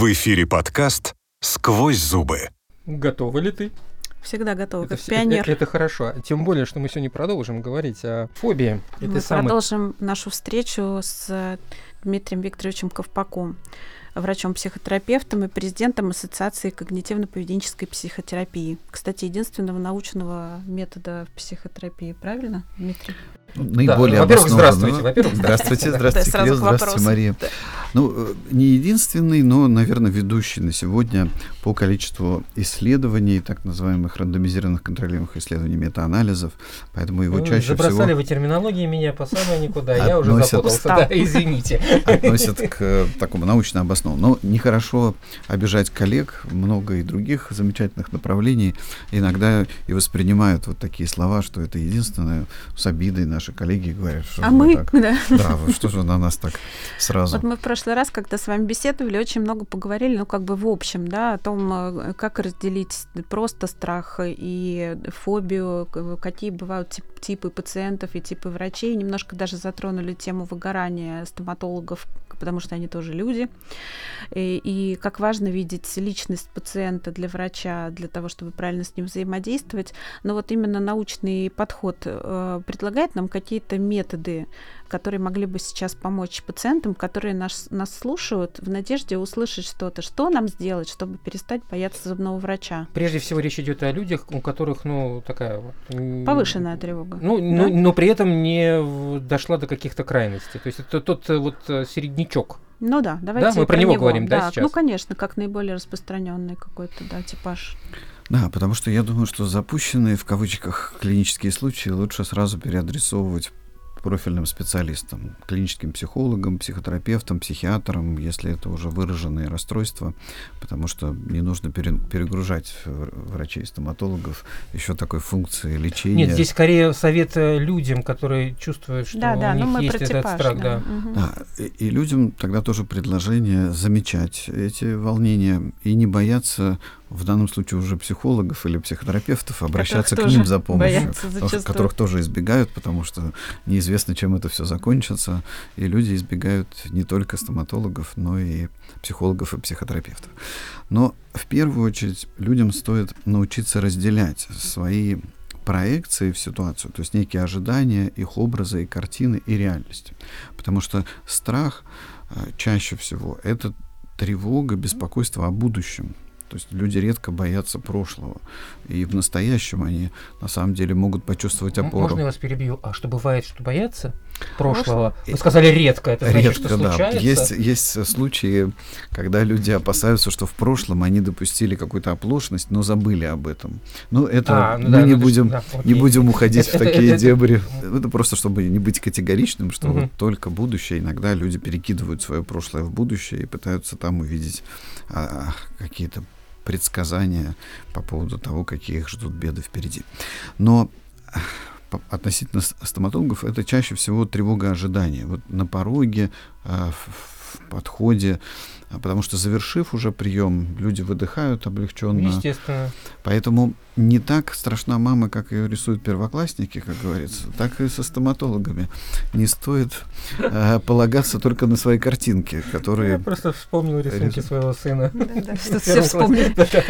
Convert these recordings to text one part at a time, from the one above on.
В эфире подкаст «Сквозь зубы». Готова ли ты? Всегда готова, как пионер. Это хорошо. Тем более, что мы сегодня продолжим говорить о фобии. Мы продолжим нашу встречу с Дмитрием Викторовичем Ковпаком, врачом-психотерапевтом и президентом Ассоциации когнитивно-поведенческой психотерапии. Кстати, единственного научного метода в психотерапии, правильно, Дмитрий? Наиболее во-первых, здравствуйте. Здравствуйте, Кирилл, здравствуйте, Мария. Не единственный, но, наверное, ведущий на сегодня по количеству исследований, так называемых рандомизированных контролируемых исследований, метаанализов, поэтому его чаще забросали всего... вы терминологии меня по самое никуда, я уже запутался, извините. Относят к такому научно обоснованному. Но нехорошо обижать коллег, много и других замечательных направлений. Иногда и воспринимают вот такие слова, что это единственное, с обидой наши коллеги говорят, что мы, так, да, что же на нас так сразу. Вот мы в прошлый раз, когда с вами беседовали, очень много поговорили, в общем, да, о том, как разделить просто страх и фобию, какие бывают типы пациентов и типы врачей. Немножко даже затронули тему выгорания стоматологов, потому что они тоже люди. И как важно видеть личность пациента для врача, для того, чтобы правильно с ним взаимодействовать. Но вот именно научный подход предлагает нам какие-то методы, которые могли бы сейчас помочь пациентам, которые нас слушают, в надежде услышать что-то. Что нам сделать, чтобы перестать бояться зубного врача? Прежде всего речь идет о людях, у которых, такая вот... повышенная тревога. Но при этом не дошла до каких-то крайностей. То есть это тот вот середнячок. Давайте мы про него говорим, сейчас? Конечно, как наиболее распространенный какой-то, типаж. Да, потому что я думаю, что запущенные, в кавычках, клинические случаи лучше сразу переадресовывать профильным специалистам, клиническим психологам, психотерапевтам, психиатрам, если это уже выраженные расстройства, потому что не нужно перегружать врачей, стоматологов еще такой функции лечения. Нет, здесь скорее совет людям, которые чувствуют, что у них есть этот страх. Да. Да, и людям тогда тоже предложение замечать эти волнения и не бояться, в данном случае уже психологов или психотерапевтов, обращаться к ним за помощью, которых тоже избегают, потому что неизвестно, чем это все закончится, и люди избегают не только стоматологов, но и психологов и психотерапевтов. Но в первую очередь людям стоит научиться разделять свои проекции в ситуацию, то есть некие ожидания, их образы и картины и реальность. Потому что страх чаще всего это тревога, беспокойство о будущем. То есть люди редко боятся прошлого. И в настоящем они на самом деле могут почувствовать опору. Можно я вас перебью? А что бывает, что боятся прошлого? Вы сказали редко, это значит, редко, что случается? Есть случаи, когда люди опасаются, что в прошлом они допустили какую-то оплошность, но забыли об этом. Мы не будем уходить в такие дебри. Это просто, чтобы не быть категоричным, что вот только будущее. Иногда люди перекидывают свое прошлое в будущее и пытаются там увидеть какие-то предсказания по поводу того, какие их ждут беды впереди. Но относительно стоматологов это чаще всего тревога ожидания. Вот на пороге, в подходе, потому что, завершив уже прием, люди выдыхают облегченно. Естественно. Поэтому не так страшна мама, как ее рисуют первоклассники, как говорится, так и со стоматологами. Не стоит полагаться только на свои картинки, которые... Я просто вспомнил рисунки своего сына. Что все вспомнили.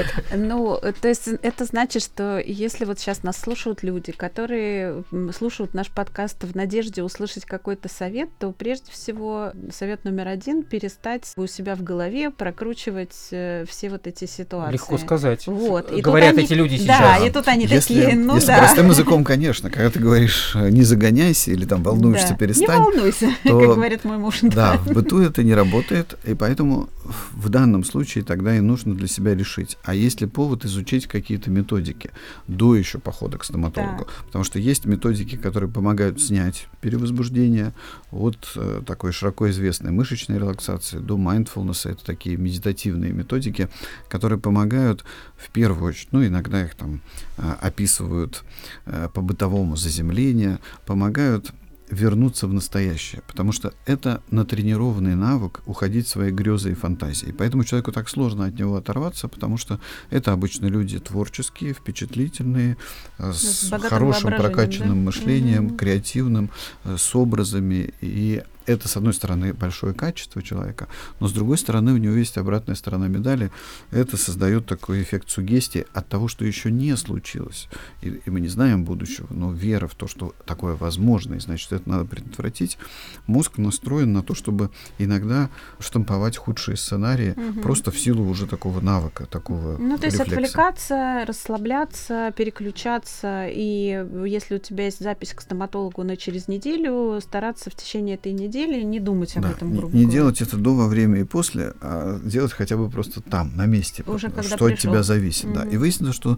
То есть это значит, что если вот сейчас нас слушают люди, которые слушают наш подкаст в надежде услышать какой-то совет, то прежде всего совет номер 1 — перестать у себя в голове прокручивать все вот эти ситуации. Легко сказать. Вот. Говорят эти люди сейчас. Да, и тут они такие, если простым языком, конечно, когда ты говоришь «не загоняйся» или там «волнуешься, перестань». Не волнуйся, как говорит мой муж. Да, в быту это не работает, и поэтому в данном случае тогда и нужно для себя решить, а есть ли повод изучить какие-то методики до еще похода к стоматологу. Да. Потому что есть методики, которые помогают снять перевозбуждение от такой широко известной мышечной релаксации до mindfulness. Это такие медитативные методики, которые помогают в первую очередь, иногда их там описывают по бытовому заземлению, помогают вернуться в настоящее, потому что это натренированный навык уходить в свои грезы и фантазии. Поэтому человеку так сложно от него оторваться, потому что это обычно люди творческие, впечатлительные, с хорошим прокачанным мышлением, креативным, с образами, и это, с одной стороны, большое качество человека, но, с другой стороны, у него есть обратная сторона медали. Это создает такой эффект суггестии от того, что еще не случилось. И мы не знаем будущего, но вера в то, что такое возможно, и значит, это надо предотвратить, мозг настроен на то, чтобы иногда штамповать худшие сценарии просто в силу уже такого навыка, такого Ну, то есть рефлекса. отвлекаться, расслабляться, переключаться, и если у тебя есть запись к стоматологу на через неделю, стараться в течение этой недели не думать об этом, грубо не говоря. делать это до, во время и после, а делать хотя бы просто там, на месте, Уже когда что от пришел. тебя зависит. Да. И выяснилось, что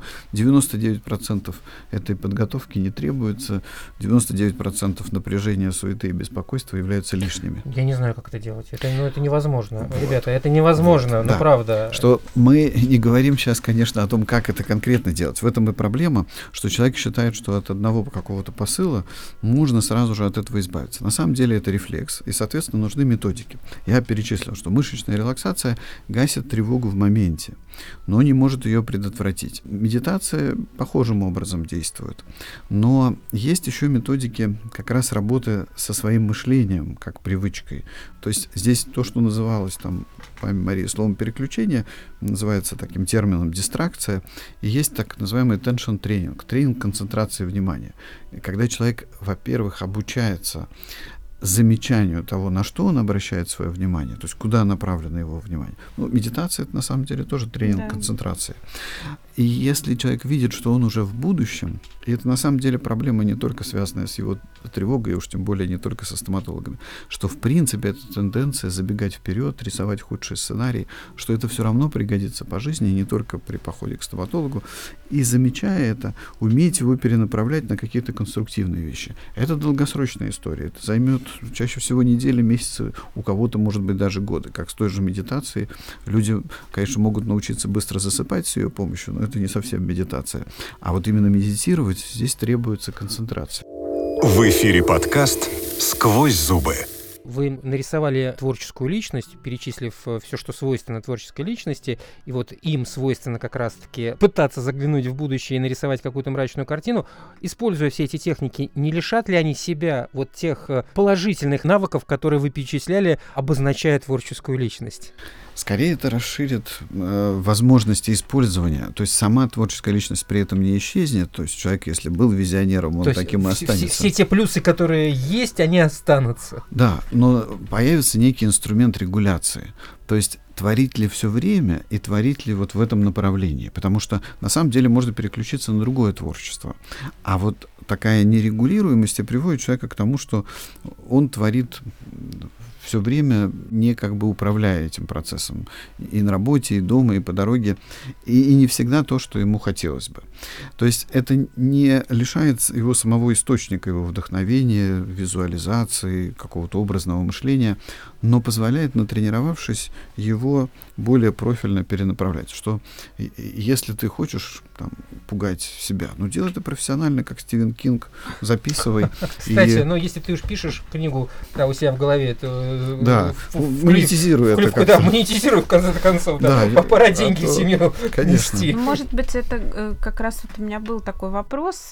99% этой подготовки не требуется, 99% напряжения, суеты и беспокойства являются лишними. Я не знаю, как это делать. Это невозможно. Вот. Ребята, это невозможно, Да. правда. Что мы не говорим сейчас, конечно, о том, как это конкретно делать. В этом и проблема, что человек считает, что от одного какого-то посыла можно сразу же от этого избавиться. На самом деле это рефлекс, и, соответственно, нужны методики. Я перечислил, что мышечная релаксация гасит тревогу в моменте, но не может ее предотвратить. Медитация похожим образом действует. Но есть еще методики как раз работы со своим мышлением, как привычкой. То есть здесь то, что называлось там, память Марии, словом переключение, называется таким термином дистракция, и есть так называемый attention тренинг, тренинг концентрации внимания. И когда человек, во-первых, обучается замечанию того, на что он обращает свое внимание, то есть куда направлено его внимание. Ну, медитация — это на самом деле тоже тренинг концентрации. И если человек видит, что он уже в будущем, и это на самом деле проблема не только связанная с его тревогой, и уж тем более не только со стоматологами, что в принципе эта тенденция забегать вперед, рисовать худший сценарий, что это все равно пригодится по жизни, не только при походе к стоматологу, и замечая это, уметь его перенаправлять на какие-то конструктивные вещи. Это долгосрочная история, это займет чаще всего недели, месяцы, у кого-то, может быть, даже годы. Как с той же медитацией. Люди, конечно, могут научиться быстро засыпать с ее помощью, но это не совсем медитация. А вот именно медитировать здесь требуется концентрация. В эфире подкаст «Сквозь зубы». Вы нарисовали творческую личность, перечислив все, что свойственно творческой личности, и вот им свойственно как раз-таки пытаться заглянуть в будущее и нарисовать какую-то мрачную картину. Используя все эти техники, не лишат ли они себя вот тех положительных навыков, которые вы перечисляли, обозначая творческую личность? Скорее это расширит возможности использования. То есть сама творческая личность при этом не исчезнет. То есть человек, если был визионером, он то таким и останется. Все те плюсы, которые есть, они останутся. Да, но появится некий инструмент регуляции. То есть творить ли все время и творить ли вот в этом направлении. Потому что на самом деле можно переключиться на другое творчество. А вот такая нерегулируемость приводит человека к тому, что он творит все время не как бы управляя этим процессом и на работе, и дома, и по дороге, и не всегда то, что ему хотелось бы. То есть это не лишает его самого источника, его вдохновения, визуализации, какого-то образного мышления, но позволяет, натренировавшись, его более профильно перенаправлять. Что если ты хочешь там, пугать себя, ну делай это профессионально, как Стивен Кинг, записывай. Кстати, ну если ты уж пишешь книгу у себя в голове, то монетизируй это. Да, монетизируй в конце концов, пора деньги в семью нести. Может быть, это как раз вот у меня был такой вопрос,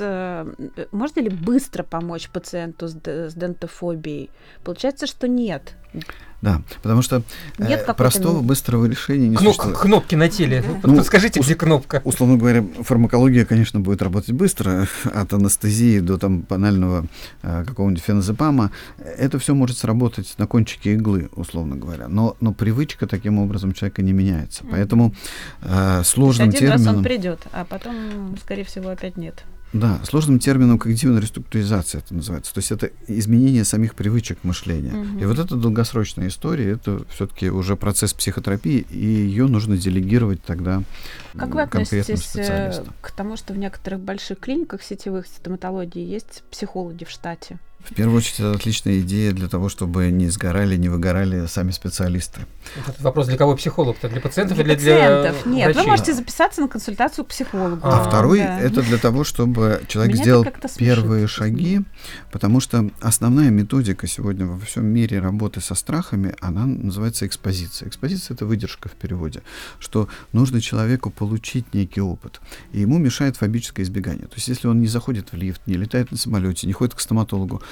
можно ли быстро помочь пациенту с дентофобией? Получается, что нет. Да, потому что простого, быстрого решения не существует. Кнопки на теле. Скажите, где кнопка? Условно говоря, фармакология, конечно, будет работать быстро, от анестезии до там банального какого-нибудь феназепама. Это все может сработать на кончике иглы, условно говоря. Но привычка таким образом человека не меняется. Поэтому сложным термином... Один раз он придет, а потом, скорее всего, опять нет. Да, сложным термином когнитивная реструктуризация это называется. То есть это изменение самих привычек мышления. И вот это долгосрочная история, это все-таки уже процесс психотерапии, и ее нужно делегировать тогда конкретным специалистам. Как вы относитесь к тому, что в некоторых больших клиниках сетевых стоматологии есть психологи в штате? В первую очередь, это отличная идея для того, чтобы не сгорали, не выгорали сами специалисты. Этот вопрос для кого психолог-то? Для пациентов или пациентов? Для Нет, врачей? вы можете записаться на консультацию к психологу. А второй, это для того, чтобы человек сделал первые шаги, потому что основная методика сегодня во всем мире работы со страхами, она называется экспозиция. Экспозиция — это выдержка в переводе, что нужно человеку получить некий опыт, и ему мешает фобическое избегание. То есть если он не заходит в лифт, не летает на самолете, не ходит к стоматологу,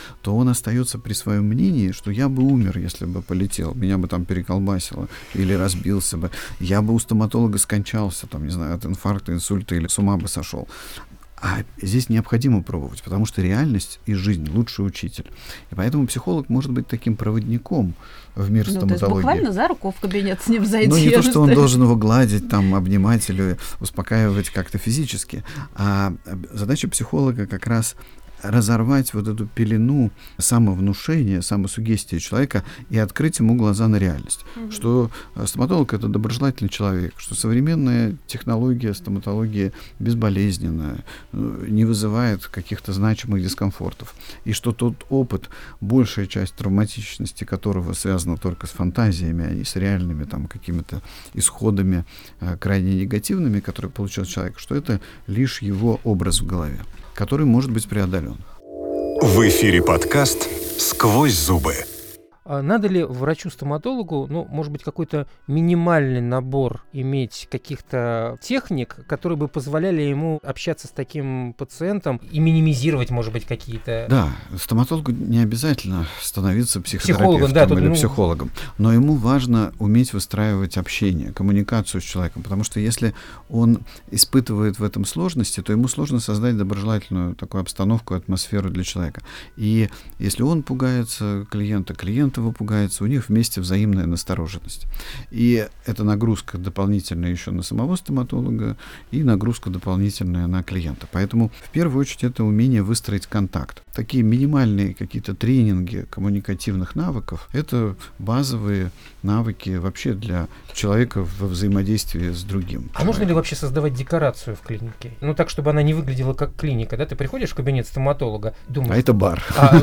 то он остается при своем мнении, что я бы умер, если бы полетел, меня бы там переколбасило или разбился бы, я бы у стоматолога скончался, там, не знаю, от инфаркта, инсульта или с ума бы сошел. А здесь необходимо пробовать, потому что реальность и жизнь — лучший учитель. И поэтому психолог может быть таким проводником в мир стоматологии. То есть буквально за руку в кабинет с ним зайти. Ну, не то, что он должен его гладить, там, обнимать или успокаивать как-то физически, а задача психолога как раз разорвать вот эту пелену самовнушения, самосугестии человека и открыть ему глаза на реальность. Что стоматолог — это доброжелательный человек, что современная технология стоматологии безболезненная, не вызывает каких-то значимых дискомфортов. И что тот опыт, большая часть травматичности которого связана только с фантазиями, а не с реальными там какими-то исходами крайне негативными, которые получил человек, что это лишь его образ в голове, который может быть преодолен. В эфире подкаст «Сквозь зубы». А надо ли врачу-стоматологу, может быть, какой-то минимальный набор иметь каких-то техник, которые бы позволяли ему общаться с таким пациентом и минимизировать, может быть, какие-то... Да, стоматологу не обязательно становиться психотерапевтом или психологом, но ему важно уметь выстраивать общение, коммуникацию с человеком, потому что если он испытывает в этом сложности, то ему сложно создать доброжелательную такую обстановку, атмосферу для человека. И если он пугается клиента, клиент его пугается, у них вместе взаимная настороженность. И это нагрузка дополнительная еще на самого стоматолога и нагрузка дополнительная на клиента. Поэтому в первую очередь это умение выстроить контакт. Такие минимальные какие-то тренинги коммуникативных навыков — это базовые навыки вообще для человека во взаимодействии с другим. А можно ли вообще создавать декорацию в клинике? Так, чтобы она не выглядела как клиника, да? Ты приходишь в кабинет стоматолога, думаешь... А это бар. А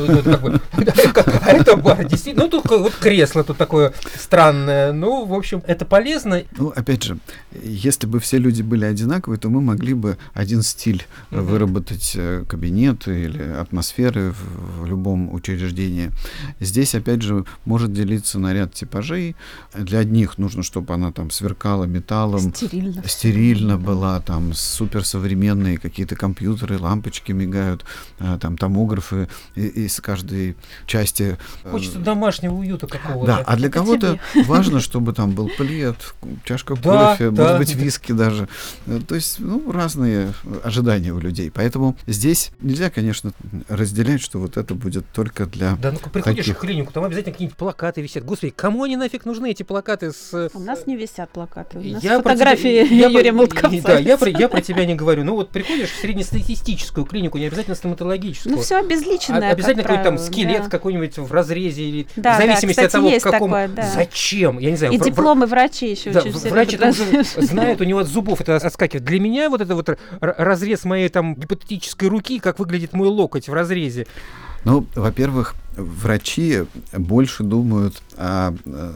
это бар, действительно. Тут вот кресло тут такое странное. В общем, это полезно. Опять же, если бы все люди были одинаковые, то мы могли бы один стиль выработать кабинета или атмосферы в любом учреждении. Здесь, опять же, может делиться на ряд типажей. Для одних нужно, чтобы она там сверкала металлом, стерильно была, там суперсовременные какие-то компьютеры, лампочки мигают, там томографы из каждой части. Хочется домашнего уюта какого-то. Да, а для кого-то важно, чтобы там был плед, чашка кофе, может быть, виски даже. То есть, разные ожидания у людей. Поэтому здесь нельзя, конечно, разделять, что вот это будет только для приходишь таких... в клинику, там обязательно какие-нибудь плакаты висят. Господи, кому они нафиг нужны, эти плакаты с... У нас не висят плакаты, у нас фотографии Юрия Молдковца. Да, я про тебя не говорю. Приходишь в среднестатистическую клинику, не обязательно стоматологическую. Все обезличенное, обязательно какой-то там скелет какой-нибудь в разрезе, или в зависимости от того, в каком... Зачем? Я не знаю. И дипломы врачей еще очень все врачи уже знают, у него от зубов это отскакивает. Для меня вот это вот разрез моей там гипотетической руки, как выглядит мой локоть в разрезе. Во-первых, врачи больше думают о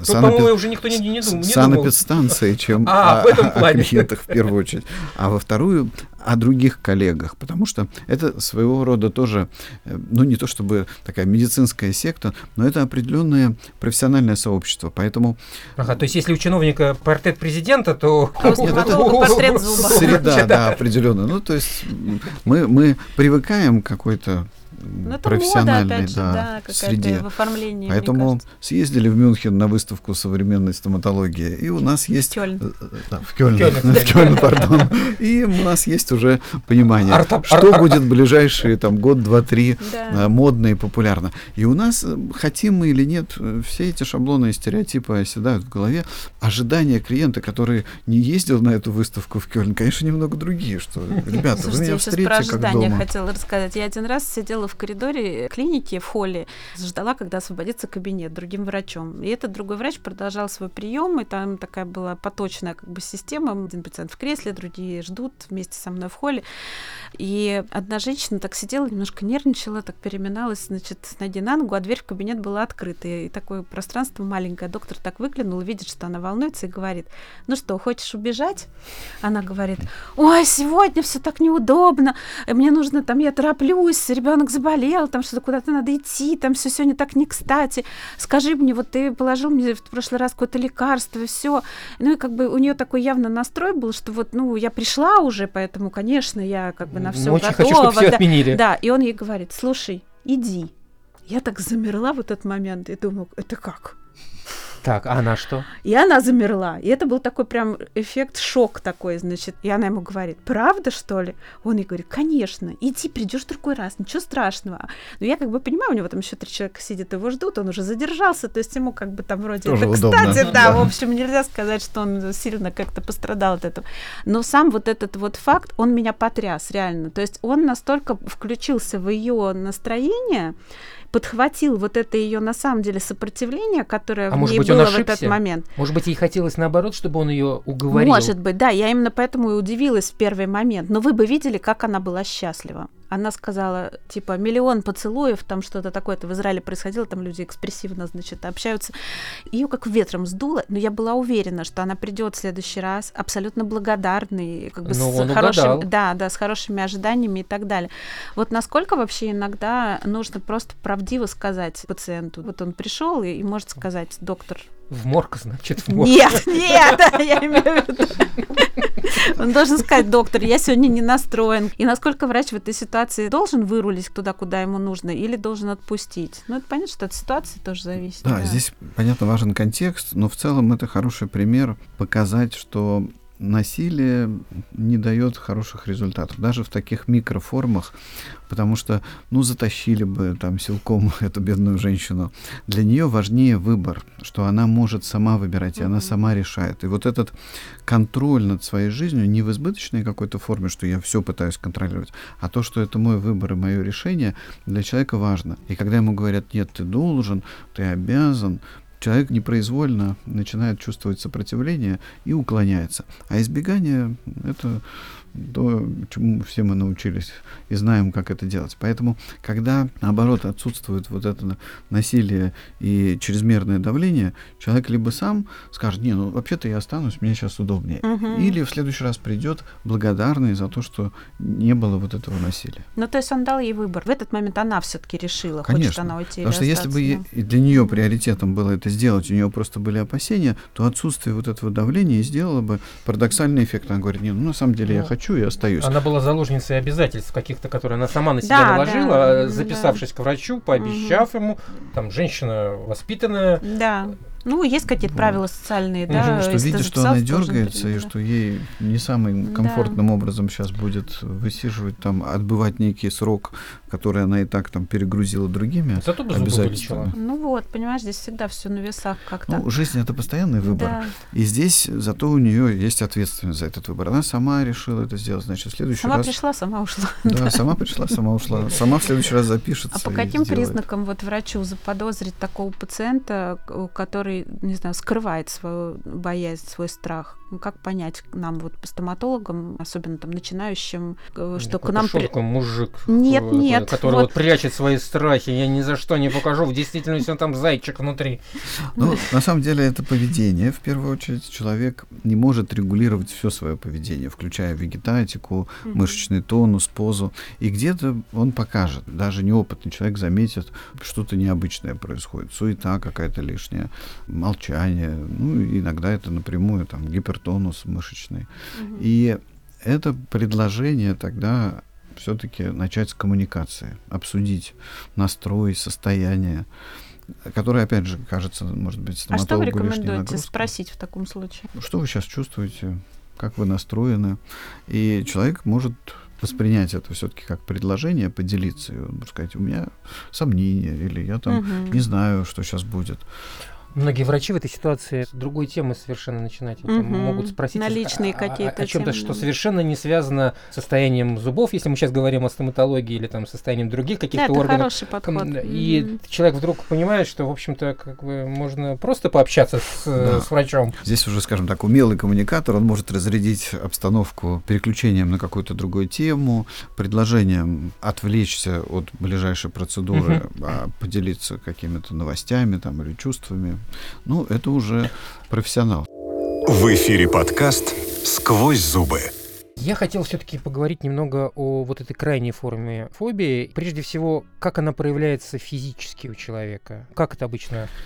санэпидстанции, чем о клиентах в первую очередь. А во-вторую, о других коллегах, потому что это своего рода тоже, не то чтобы такая медицинская секта, но это определенное профессиональное сообщество, поэтому... то есть если у чиновника портрет президента, то... портрет зуба. Среда, да, определенно. То есть мы привыкаем к какой-то профессиональной среде. В оформлении, поэтому съездили в Мюнхен на выставку современной стоматологии, и у нас есть... В Кёльн, пардон. И у нас есть уже понимание, что будет в ближайшие год, два, три модно и популярно. И у нас, хотим мы или нет, все эти шаблоны и стереотипы оседают в голове. Ожидания клиента, который не ездил на эту выставку в Кёльн, конечно, немного другие, что, ребята, вы меня встретите как дома. Я хотела рассказать. Я один раз сидела в коридоре клиники, в холле, ждала, когда освободится кабинет другим врачом. И этот другой врач продолжал свой прием, и там такая была поточная система. Один пациент в кресле, другие ждут вместе со мной в холле. И одна женщина так сидела, немножко нервничала, так переминалась, ноги на ногу, а дверь в кабинет была открыта. И такое пространство маленькое. Доктор так выглянул, видит, что она волнуется, и говорит: ну что, хочешь убежать? Она говорит: ой, сегодня все так неудобно, мне нужно, я тороплюсь, ребенок заболел, что-то куда-то надо идти, все сегодня так не кстати. Скажи мне, вот ты положил мне в прошлый раз какое-то лекарство, и все. И у нее такой явно настрой был, что я пришла уже, поэтому, конечно, я на все готова. Хочу, чтобы все отменили. Да, и он ей говорит: слушай, иди. Я так замерла в этот момент и думаю, это как? Так, а она что? И она замерла. И это был такой прям эффект шок такой, значит. И она ему говорит, правда, что ли? Он ей говорит, конечно, иди, придешь в другой раз, ничего страшного. Но я как бы понимаю, у него там еще 3 человека сидят, его ждут, он уже задержался, то есть ему как бы там вроде... Тоже это, удобно. кстати, да, в общем, нельзя сказать, что он сильно как-то пострадал от этого. Но сам вот этот вот факт, он меня потряс, реально. То есть он настолько включился в ее настроение, подхватил вот это ее на самом деле сопротивление, которое в ней было в этот момент. Может быть, ей хотелось наоборот, чтобы он ее уговорил? Может быть, да. Я именно поэтому и удивилась в первый момент. Но вы бы видели, как она была счастлива. Она сказала, типа, 1 миллион поцелуев, там что-то такое, это в Израиле происходило, там люди экспрессивно, значит, общаются. Ее как ветром сдуло, но я была уверена, что она придет в следующий раз абсолютно благодарной, как бы с хорошими, да, с хорошими ожиданиями и так далее. Вот насколько вообще иногда нужно просто правдиво сказать пациенту. Вот он пришел и может сказать, доктор, в морг, значит, в морг. Нет, я имею в виду. Он должен сказать, доктор, я сегодня не настроен. И насколько врач в этой ситуации должен вырулить туда, куда ему нужно, или должен отпустить? Ну, это понятно, что от ситуации тоже зависит. Да, здесь, понятно, важен контекст, но в целом это хороший пример показать, что насилие не дает хороших результатов, даже в таких микроформах, потому что, затащили бы там силком эту бедную женщину. Для нее важнее выбор, что она может сама выбирать, и она сама решает. И вот этот контроль над своей жизнью не в избыточной какой-то форме, что я все пытаюсь контролировать, а то, что это мой выбор и мое решение, для человека важно. И когда ему говорят, нет, ты должен, ты обязан, человек непроизвольно начинает чувствовать сопротивление и уклоняется. А избегание — это то, чему все мы научились и знаем, как это делать. Поэтому, когда, наоборот, отсутствует вот это насилие и чрезмерное давление, человек либо сам скажет, вообще-то я останусь, мне сейчас удобнее. Или в следующий раз придет благодарный за то, что не было вот этого насилия. То есть он дал ей выбор. В этот момент она все-таки решила, конечно, хочет она уйти или остаться. Потому что если бы для нее приоритетом было это сделать, у нее просто были опасения, то отсутствие вот этого давления сделало бы парадоксальный эффект. Она говорит, на самом деле я хочу и остаюсь. Она была заложницей обязательств каких-то, которые она сама на себя наложила, записавшись к врачу, пообещав ему, там, женщина воспитанная. Да. Есть какие-то правила социальные, да. Что видит, что она дергается, и что ей не самым комфортным образом сейчас будет высиживать, там, отбывать некий срок, который она и так там перегрузила другими обязательствами. Понимаешь, здесь всегда все на весах как-то. Жизнь — это постоянный выбор. Да. И здесь зато у нее есть ответственность за этот выбор. Она сама решила это сделать, значит, в следующий раз... Сама пришла, сама ушла. Да, сама пришла, сама ушла. Сама в следующий раз запишется. А по каким признакам врачу заподозрить такого пациента, который, не знаю, скрывает свою боязнь, свой страх? Как понять нам, стоматологам, особенно там начинающим, что к нам... мужик, нет, который прячет свои страхи, я ни за что не покажу, в действительности он там зайчик внутри. На самом деле это поведение. В первую очередь человек не может регулировать все свое поведение, включая вегетатику, мышечный тонус, позу. И где-то он покажет. Даже неопытный человек заметит, что-то необычное происходит. Суета какая-то лишняя, молчание. Иногда это напрямую там гипертонус мышечный. И это предложение тогда все-таки начать с коммуникации, обсудить настрой, состояние, которое, опять же, кажется, может быть, стоматологу лишней нагрузкой. А что вы рекомендуете спросить в таком случае? Что вы сейчас чувствуете? Как вы настроены? И человек может воспринять это все-таки как предложение, поделиться. И он может сказать, у меня сомнения, или я там не знаю, что сейчас будет. Многие врачи в этой ситуации с другой темы совершенно начинать могут спросить наличные какие-то о чем-то, что совершенно не связано с состоянием зубов, если мы сейчас говорим о стоматологии или там состоянием других каких-то органов. Хороший подход. И человек вдруг понимает, что, в общем-то, можно просто пообщаться с врачом. Здесь уже, скажем так, умелый коммуникатор, он может разрядить обстановку переключением на какую-то другую тему, предложением отвлечься от ближайшей процедуры, поделиться какими-то новостями там, или чувствами. Это уже профессионал. В эфире подкаст «Сквозь зубы». Я хотел все-таки поговорить немного о этой крайней форме фобии. Прежде всего, как она проявляется физически у человека? Как это обычно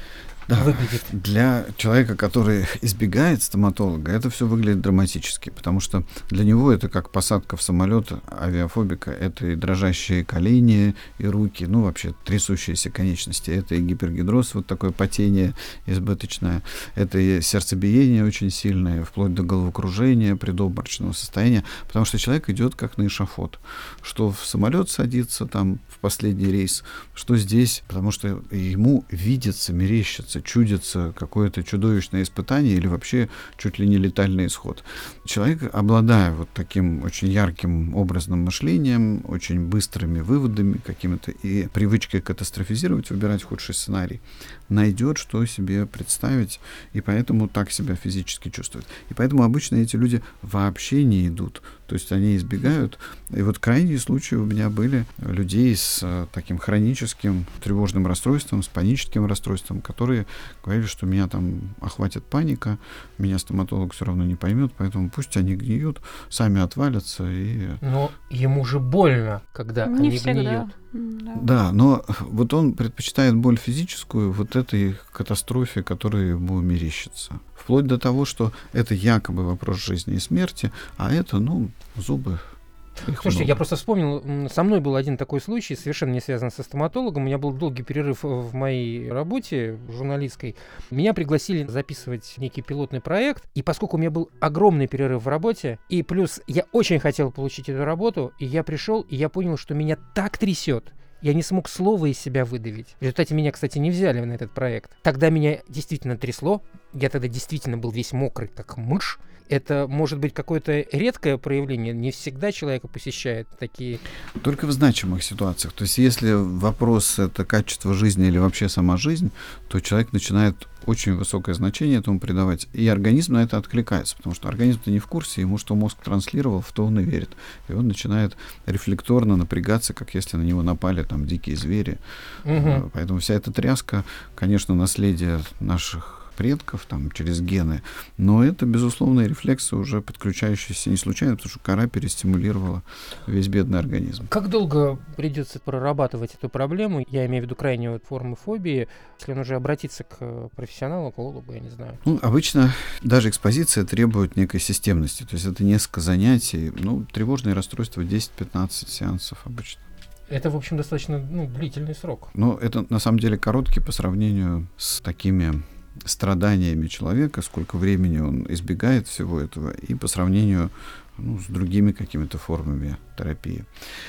выглядит? Для человека, который избегает стоматолога, это все выглядит драматически, потому что для него это как посадка в самолет, авиафобика, это и дрожащие колени, и руки, ну, вообще трясущиеся конечности, это и гипергидроз, вот такое потение избыточное, это и сердцебиение очень сильное, вплоть до головокружения, предобморочного состояния, потому что человек идет как на эшафот, что в самолет садится там в последний рейс, что здесь, потому что ему видится, мерещится, чудится какое-то чудовищное испытание или вообще чуть ли не летальный исход. Человек, обладая вот таким очень ярким образным мышлением, очень быстрыми выводами какими-то и привычкой катастрофизировать, выбирать худший сценарий, найдет, что себе представить, и поэтому так себя физически чувствует. И поэтому обычно эти люди вообще не идут. То есть они избегают. И вот крайние случаи у меня были людей с таким хроническим тревожным расстройством, с паническим расстройством, которые говорили, что меня там охватит паника, меня стоматолог все равно не поймет, поэтому пусть они гниют, сами отвалятся. Но ему же больно, когда не они всегда. гниют. Да, но вот он предпочитает боль физическую вот этой катастрофе, которая ему мерещится. Вплоть до того, что это якобы вопрос жизни и смерти, а это, зубы. Слушайте, я просто вспомнил, со мной был один такой случай, совершенно не связан со стоматологом. У меня был долгий перерыв в моей работе журналистской. Меня пригласили записывать некий пилотный проект, и поскольку у меня был огромный перерыв в работе, и плюс я очень хотел получить эту работу, и я пришел, и я понял, что меня так трясет, я не смог слова из себя выдавить. В результате меня, кстати, не взяли на этот проект. Тогда меня действительно трясло. Я тогда действительно был весь мокрый, как мышь. Это может быть какое-то редкое проявление. Не всегда человека посещают такие... Только в значимых ситуациях. То есть если вопрос — это качество жизни или вообще сама жизнь, то человек начинает очень высокое значение этому придавать. И организм на это откликается, потому что организм-то не в курсе, ему что мозг транслировал, в то он и верит. И он начинает рефлекторно напрягаться, как если на него напали там дикие звери. Угу. Поэтому вся эта тряска, конечно, наследие наших предков там, через гены, но это безусловные рефлексы, уже подключающиеся не случайно, потому что кора перестимулировала весь бедный организм. Как долго придется прорабатывать эту проблему? Я имею в виду крайнюю форму фобии, если он уже обратится к профессионалу, экологу, я не знаю. Обычно даже экспозиция требует некой системности, то есть это несколько занятий, тревожные расстройства 10-15 сеансов обычно. Это, в общем, достаточно длительный срок. Но это на самом деле короткий по сравнению с такими страданиями человека, сколько времени он избегает всего этого, и по сравнению с другими какими-то формами терапии.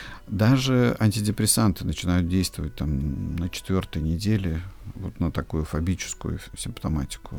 Даже антидепрессанты начинают действовать там на 4-й неделе, вот на такую фобическую симптоматику,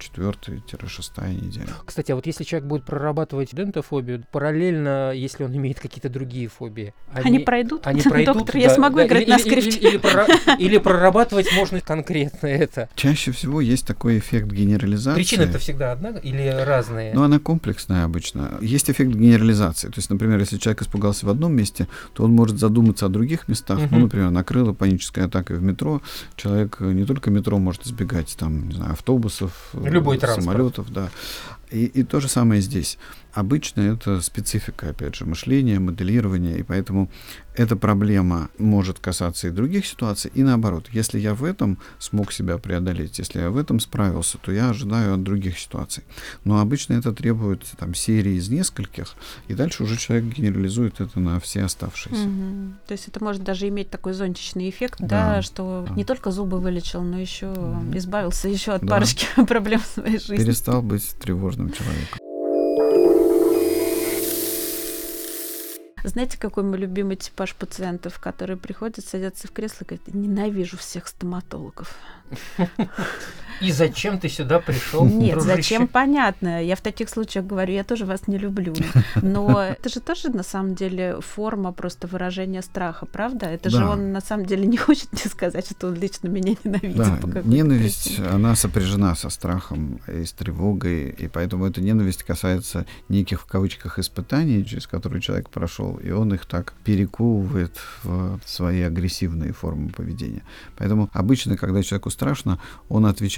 4-6 неделя. Кстати, а вот если человек будет прорабатывать дентофобию, параллельно, если он имеет какие-то другие фобии, они пройдут? Доктор, я смогу играть на скрипке? Или прорабатывать можно конкретно это? Чаще всего есть такой эффект генерализации. Причина-то всегда одна или разные? Она комплексная обычно. Есть эффект генерализации. То есть, например, если человек испугался в одном месте, то он может задуматься о других местах. Например, накрыла панической атакой в метро. Человек не только метро может избегать, там, не знаю, автобусов, самолетов, да. И то же самое здесь. Обычно это специфика, опять же, мышления, моделирования, и поэтому эта проблема может касаться и других ситуаций, и наоборот. Если я в этом смог себя преодолеть, если я в этом справился, то я ожидаю от других ситуаций. Но обычно это требует серии из нескольких, и дальше уже человек генерализует это на все оставшиеся. То есть это может даже иметь такой зонтичный эффект, что не только зубы вылечил, но еще избавился еще от парочки проблем в своей жизни. Перестал быть тревожным человеком. Знаете, какой мой любимый типаж пациентов, которые приходят, садятся в кресло и говорят: ненавижу всех стоматологов. И зачем ты сюда пришел? Нет, зачем, понятно. Я в таких случаях говорю: я тоже вас не люблю. Но это же тоже на самом деле форма просто выражения страха, правда? Это же он на самом деле не хочет мне сказать, что он лично меня ненавидит. Да, ненависть, она сопряжена со страхом и с тревогой, и поэтому эта ненависть касается неких, в кавычках, испытаний, через которые человек прошел, и он их так перековывает в свои агрессивные формы поведения. Поэтому обычно, когда человеку страшно, он отвечает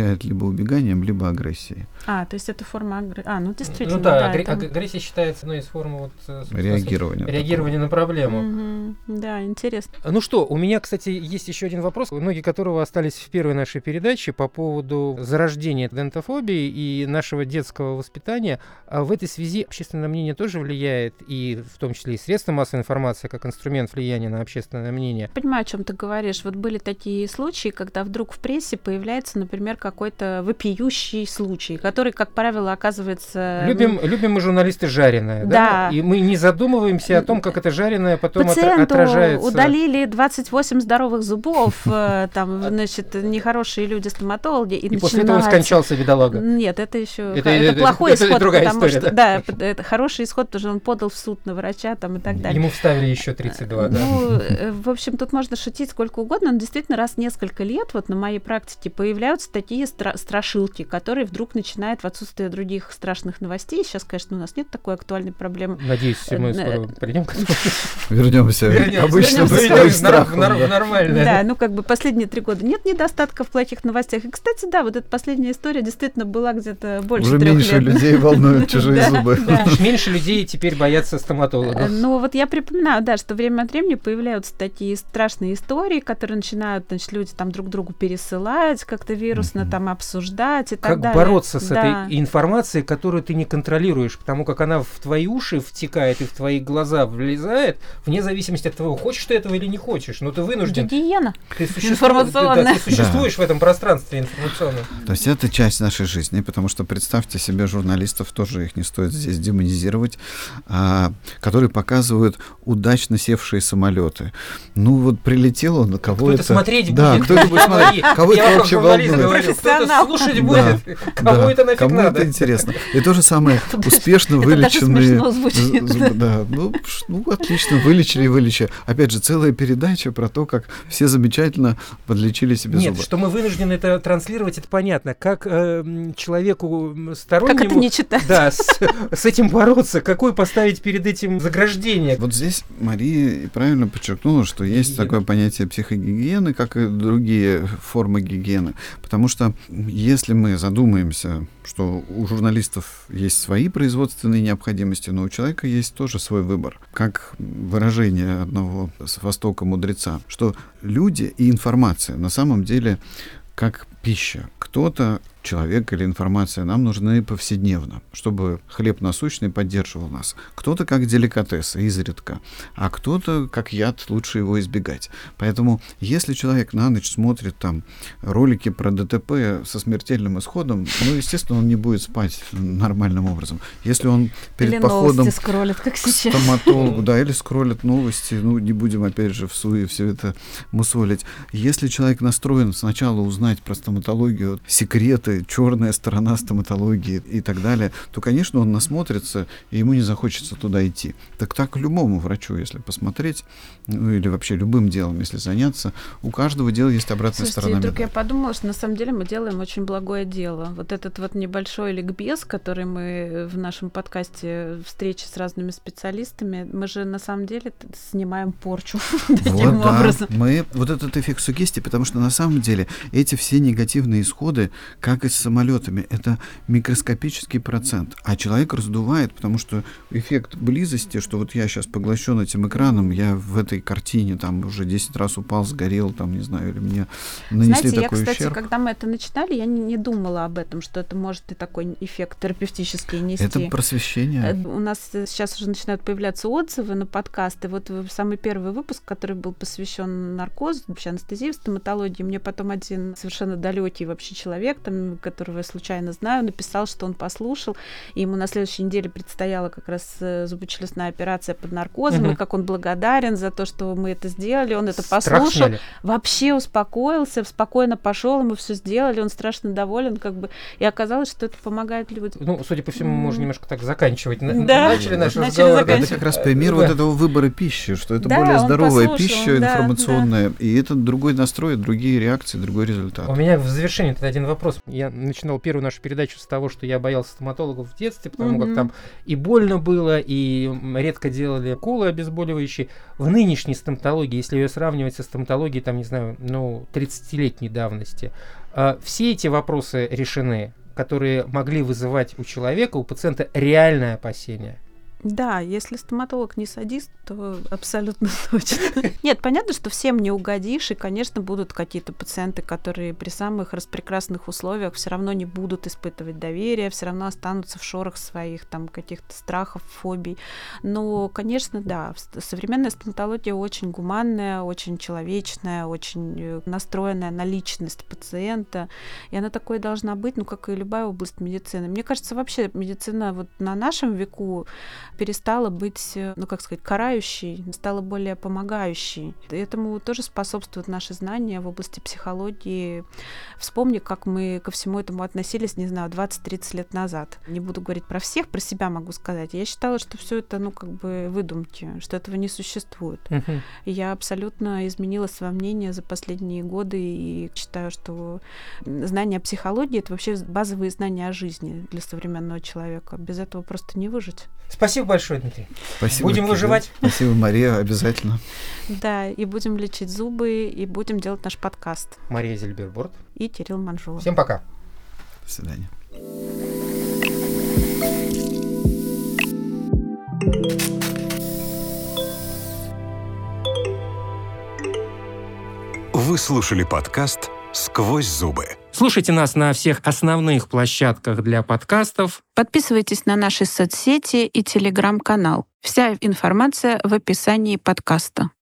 отвечает либо убеганием, либо агрессией. То есть это форма агрессии. Действительно. Ну да, агрессия считается одной из форм реагирования на проблему. Да, интересно. Ну что, у меня, кстати, есть еще один вопрос, ноги которого остались в первой нашей передаче по поводу зарождения дентофобии и нашего детского воспитания. А в этой связи общественное мнение тоже влияет, и в том числе и средства массовой информации, как инструмент влияния на общественное мнение. Понимаю, о чем ты говоришь. Вот были такие случаи, когда вдруг в прессе появляется, например, какой-то вопиющий случай, который, как правило, оказывается... Любим мы, журналисты, жареное, да? И мы не задумываемся о том, как это жареное потом отражается. Удалили 28 здоровых зубов, там, значит, нехорошие люди-стоматологи, и после этого он скончался, бедолага. Нет, это еще... Это плохой исход, потому что... Да, это хороший исход, потому что он подал в суд на врача там и так далее. Ему вставили еще 32, да? В общем, тут можно шутить сколько угодно, но действительно раз в несколько лет вот на моей практике появляются такие страшилки, которые вдруг начинают в отсутствие других страшных новостей. Сейчас, конечно, у нас нет такой актуальной проблемы. Надеюсь, мы скоро придем к этому. Вернемся. Обычно нормально. Да, последние 3 года нет недостатка в плохих новостях. И, кстати, да, вот эта последняя история действительно была где-то больше 3 лет. Уже меньше людей волнуют чужие зубы. Меньше людей теперь боятся стоматологов. Ну, вот я припоминаю, да, что время от времени появляются такие страшные истории, которые начинают, значит, люди там друг другу пересылать, как-то вирусно там обсуждать и так далее. Как бороться с этой информацией, которую ты не контролируешь, потому как она в твои уши втекает и в твои глаза влезает, вне зависимости от того, хочешь ты этого или не хочешь, но ты вынужден. Гигиена информационная. Ты существуешь в этом пространстве информационном. То есть это часть нашей жизни, потому что представьте себе журналистов, тоже их не стоит здесь демонизировать, которые показывают удачно севшие самолеты. Ну вот прилетел он, кого это... смотреть будет. Да, кто это будет смотреть? Кого это вообще волнует? Кто-то слушать будет. Кому это нафиг надо? Кому это интересно. И то же самое успешно вылеченные... Да, ну отлично, вылечили. Опять же, целая передача про то, как все замечательно подлечили себе зубы. Нет, что мы вынуждены это транслировать, это понятно. Как человеку стороннему... Как это не читать? Да, с этим бороться, какое поставить перед этим заграждение. Вот здесь Мария правильно подчеркнула, что есть такое понятие психогигиены, как и другие формы гигиены. Потому что если мы задумаемся, что у журналистов есть свои производственные необходимости, но у человека есть тоже свой выбор. Как выражение одного с Востока мудреца, что люди и информация на самом деле как пища. Кто-то, человек или информация нам нужны повседневно, чтобы хлеб насущный поддерживал нас. Кто-то как деликатес, изредка, а кто-то как яд, лучше его избегать. Поэтому если человек на ночь смотрит там ролики про ДТП со смертельным исходом, ну, естественно, он не будет спать нормальным образом. Если он перед или походом скроллит, как к сейчас. Стоматологу, да, или скроллит новости, ну, не будем опять же в суе все это мусолить. Если человек настроен сначала узнать про стоматологию, секреты, черная сторона стоматологии и так далее, то, конечно, он насмотрится, и ему не захочется туда идти. Так любому врачу, если посмотреть, ну, или вообще любым делом, если заняться, у каждого дела есть обратная сторона. Слушайте, вдруг я подумала, что на самом деле мы делаем очень благое дело. Вот этот вот небольшой ликбез, который мы в нашем подкасте «Встречи с разными специалистами», мы же на самом деле снимаем порчу таким образом. Вот этот эффект суггестии, потому что на самом деле эти все негативные исходы, как и с самолетами, это микроскопический процент. А человек раздувает, потому что эффект близости, что вот я сейчас поглощен этим экраном, я в этой картине там уже 10 раз упал, сгорел, там, не знаю, или мне нанесли такой ущерб. Знаете, я, кстати, когда мы это начинали, я не думала об этом, что это может и такой эффект терапевтический нести. Это просвещение. У нас сейчас уже начинают появляться отзывы на подкасты. Вот самый первый выпуск, который был посвящен наркозу, вообще анестезии в стоматологии, мне потом один совершенно далекий вообще человек, там, которого я случайно знаю, написал, что он послушал, и ему на следующей неделе предстояла как раз зубочелюстная операция под наркозом, и как он благодарен за то, что мы это сделали, он это послушал, вообще успокоился, спокойно пошел, мы все сделали, он страшно доволен, как бы, и оказалось, что это помогает людям. Ну, судя по всему, можно немножко так заканчивать. Да. Начали наш разговор. Это как раз пример вот этого выбора пищи, что это более здоровая пища, информационная, и это другой настрой, другие реакции, другой результат. У меня в завершении тогда один вопрос. Я начинал первую нашу передачу с того, что я боялся стоматологов в детстве, потому как там и больно было, и редко делали уколы обезболивающие. В нынешней стоматологии, если ее сравнивать со стоматологией, там, не знаю, 30-летней давности, все эти вопросы решены, которые могли вызывать у человека, у пациента реальное опасение. Да, если стоматолог не садист, то абсолютно точно. Нет, понятно, что всем не угодишь, и, конечно, будут какие-то пациенты, которые при самых распрекрасных условиях все равно не будут испытывать доверие, все равно останутся в шорах своих там каких-то страхов, фобий. Но, конечно, да, современная стоматология очень гуманная, очень человечная, очень настроенная на личность пациента, и она такой должна быть, как и любая область медицины. Мне кажется, вообще медицина вот на нашем веку перестала быть, карающей, стала более помогающей. И этому тоже способствуют наши знания в области психологии. Вспомни, как мы ко всему этому относились, 20-30 лет назад. Не буду говорить про всех, про себя могу сказать. Я считала, что все это, выдумки, что этого не существует. И я абсолютно изменила свое мнение за последние годы и считаю, что знания психологии — это вообще базовые знания о жизни для современного человека. Без этого просто не выжить. Спасибо большое, Дмитрий. Спасибо. Будем выживать. Спасибо, Мария, обязательно. Да, и будем лечить зубы, и будем делать наш подкаст. Мария Зильберборд. И Кирилл Манжулов. Всем пока. До свидания. Вы слушали подкаст «Сквозь зубы». Слушайте нас на всех основных площадках для подкастов. Подписывайтесь на наши соцсети и телеграм-канал. Вся информация в описании подкаста.